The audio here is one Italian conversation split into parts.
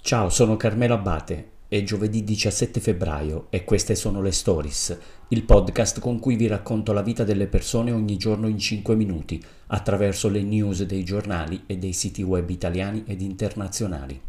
Ciao, sono Carmelo Abate, è giovedì 17 febbraio e queste sono le Stories, il podcast con cui vi racconto la vita delle persone ogni giorno in 5 minuti, attraverso le news dei giornali e dei siti web italiani ed internazionali.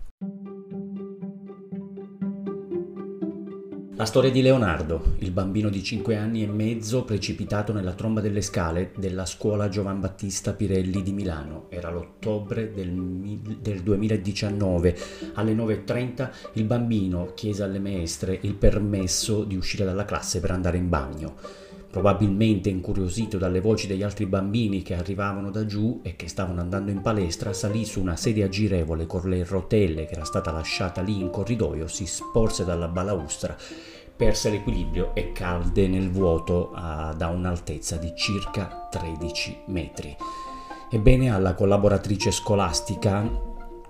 La storia di Leonardo, il bambino di 5 anni e mezzo precipitato nella tromba delle scale della scuola Giovan Battista Pirelli di Milano. Era l'ottobre del 2019. Alle 9:30 il bambino chiese alle maestre il permesso di uscire dalla classe per andare in bagno. Probabilmente incuriosito dalle voci degli altri bambini che arrivavano da giù e che stavano andando in palestra, salì su una sedia girevole con le rotelle che era stata lasciata lì in corridoio, si sporse dalla balaustra, perse l'equilibrio e cadde nel vuoto da un'altezza di circa 13 metri. Ebbene, alla collaboratrice scolastica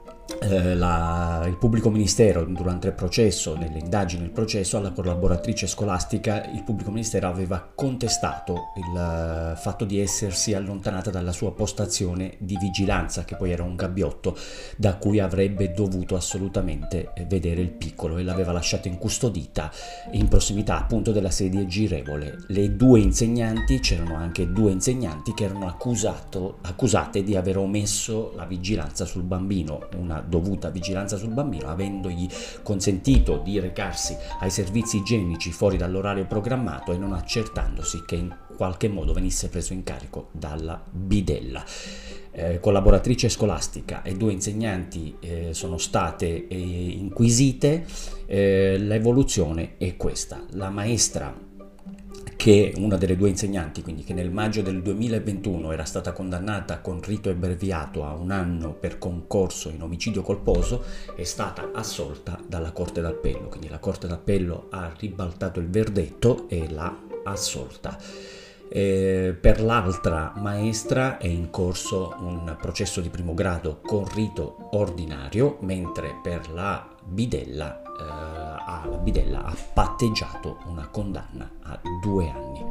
il pubblico ministero, durante il processo, nelle indagini del processo, alla collaboratrice scolastica il pubblico ministero aveva contestato il fatto di essersi allontanata dalla sua postazione di vigilanza, che poi era un gabbiotto da cui avrebbe dovuto assolutamente vedere il piccolo, e l'aveva lasciata incustodita in prossimità appunto della sedia girevole. C'erano anche due insegnanti che erano accusate di aver omesso la vigilanza sul bambino, una dovuta vigilanza sul bambino, avendogli consentito di recarsi ai servizi igienici fuori dall'orario programmato e non accertandosi che in qualche modo venisse preso in carico dalla bidella. Collaboratrice scolastica e due insegnanti sono state inquisite. L'evoluzione è questa: la maestra, che una delle due insegnanti, quindi che nel maggio del 2021 era stata condannata con rito abbreviato a 1 anno per concorso in omicidio colposo, è stata assolta dalla Corte d'Appello. Quindi la Corte d'Appello ha ribaltato il verdetto e l'ha assolta. Per l'altra maestra è in corso un processo di primo grado con rito ordinario, mentre per la bidella ha patteggiato una condanna a 2 anni.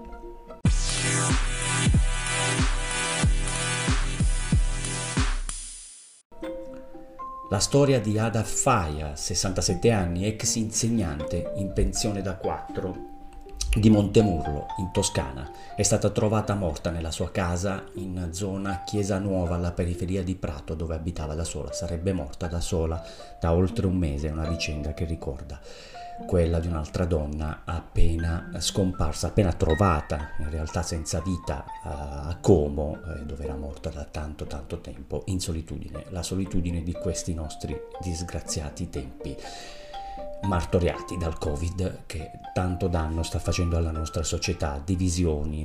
La storia di Ada Faia, 67 anni, ex insegnante in pensione da 4 di Montemurlo in Toscana, è stata trovata morta nella sua casa in zona Chiesa Nuova, alla periferia di Prato, dove abitava da sola. Sarebbe morta da sola da oltre un mese. È una vicenda che ricorda quella di un'altra donna appena scomparsa, appena trovata, in realtà senza vita, a Como, dove era morta da tanto tempo in solitudine. La solitudine di questi nostri disgraziati tempi, martoriati dal Covid, che tanto danno sta facendo alla nostra società, divisioni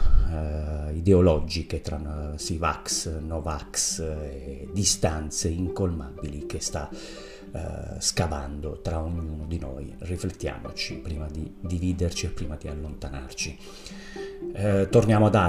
ideologiche tra Sivax, Novax, distanze incolmabili che sta scavando tra ognuno di noi. Riflettiamoci prima di dividerci e prima di allontanarci. Torniamo ad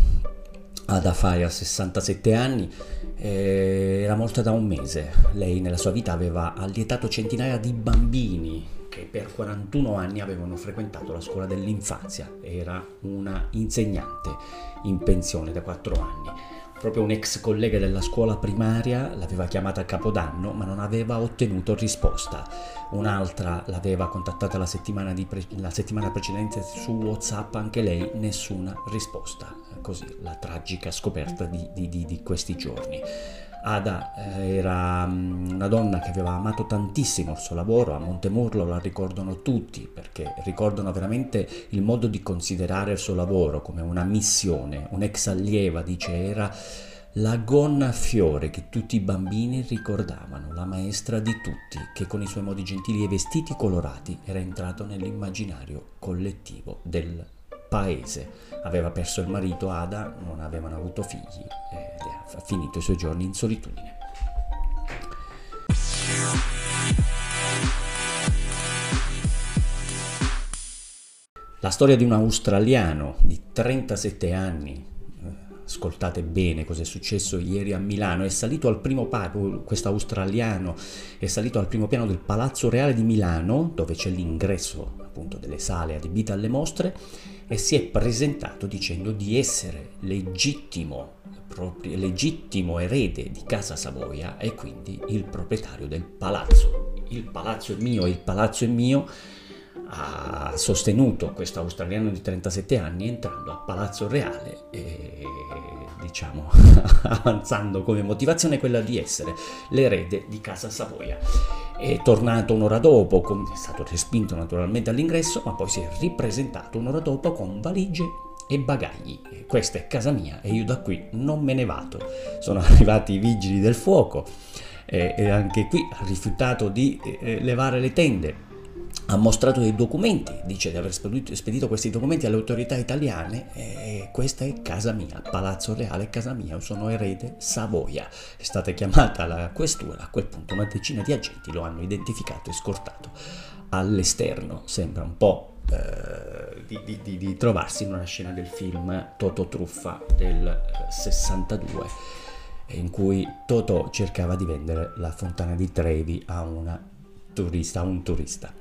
Ada Faia, 67 anni, era morta da un mese. Lei nella sua vita aveva allietato centinaia di bambini che per 41 anni avevano frequentato la scuola dell'infanzia. Era una insegnante in pensione da 4 anni. Proprio un ex collega della scuola primaria l'aveva chiamata a Capodanno, ma non aveva ottenuto risposta. Un'altra l'aveva contattata la settimana precedente su WhatsApp, anche lei nessuna risposta. Così la tragica scoperta di questi giorni. Ada era una donna che aveva amato tantissimo il suo lavoro. A Montemurlo la ricordano tutti, perché ricordano veramente il modo di considerare il suo lavoro come una missione. Un'ex allieva dice era la gonna fiore che tutti i bambini ricordavano, la maestra di tutti, che con i suoi modi gentili e vestiti colorati era entrato nell'immaginario collettivo del paese. Aveva perso il marito Ada, non avevano avuto figli e ha finito i suoi giorni in solitudine. La storia di un australiano di 37 anni. Ascoltate bene cosa è successo ieri a Milano. Questo australiano è salito al primo piano del Palazzo Reale di Milano, dove c'è l'ingresso appunto delle sale adibite alle mostre, e si è presentato dicendo di essere legittimo erede di Casa Savoia e quindi il proprietario del palazzo. Il palazzo è mio, il palazzo è mio, ha sostenuto questo australiano di 37 anni entrando a Palazzo Reale e diciamo avanzando come motivazione quella di essere l'erede di Casa Savoia. È tornato un'ora dopo, è stato respinto naturalmente all'ingresso, ma poi si è ripresentato un'ora dopo con valigie e bagagli. Questa è casa mia e io da qui non me ne vado. Sono arrivati i vigili del fuoco e anche qui ha rifiutato di levare le tende. Ha mostrato dei documenti, dice di aver spedito questi documenti alle autorità italiane e questa è casa mia, Palazzo Reale è casa mia, io sono erede Savoia. È stata chiamata la questura, a quel punto una decina di agenti lo hanno identificato e scortato all'esterno. Sembra un po' di trovarsi in una scena del film Totò Truffa del 62, in cui Totò cercava di vendere la fontana di Trevi a un turista.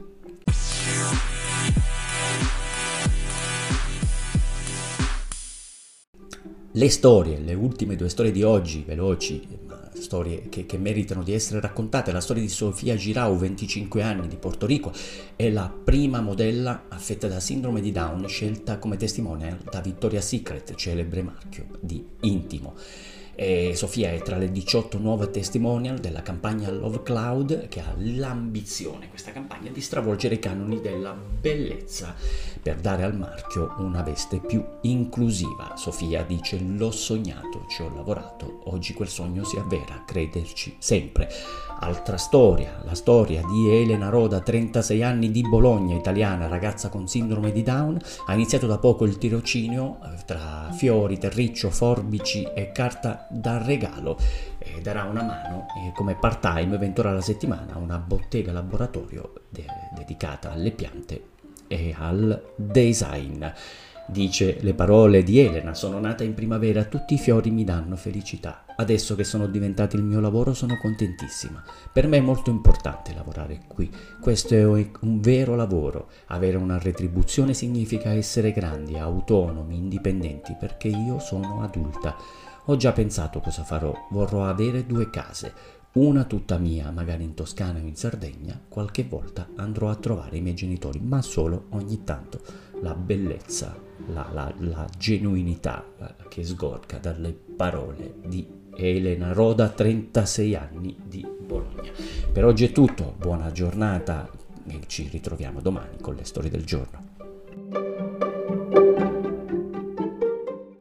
Le storie, le ultime due storie di oggi, veloci, ma storie che meritano di essere raccontate. La storia di Sofia Girau, 25 anni, di Porto Rico, è la prima modella affetta da sindrome di Down scelta come testimonial da Victoria's Secret, celebre marchio di intimo. Sofia è tra le 18 nuove testimonial della campagna Love Cloud, che ha l'ambizione, questa campagna, di stravolgere i canoni della bellezza per dare al marchio una veste più inclusiva. Sofia dice: l'ho sognato, ci ho lavorato, oggi quel sogno si avvera, crederci sempre. Altra storia, la storia di Elena Roda, 36 anni, di Bologna, italiana, ragazza con sindrome di Down. Ha iniziato da poco il tirocinio tra fiori, terriccio, forbici e carta da regalo e darà una mano come part-time 20 ore alla settimana a una bottega laboratorio dedicata alle piante e al design. Dice le parole di Elena: sono nata in primavera, tutti i fiori mi danno felicità. Adesso che sono diventati il mio lavoro sono contentissima. Per me è molto importante lavorare qui. Questo è un vero lavoro. Avere una retribuzione significa essere grandi, autonomi, indipendenti, perché io sono adulta. Ho già pensato cosa farò. Vorrò avere 2 case. Una tutta mia, magari in Toscana o in Sardegna. Qualche volta andrò a trovare i miei genitori, ma solo ogni tanto. La bellezza, la genuinità che sgorga dalle parole di Elena Roda, 36 anni, di Bologna. Per oggi è tutto, buona giornata e ci ritroviamo domani con le storie del giorno.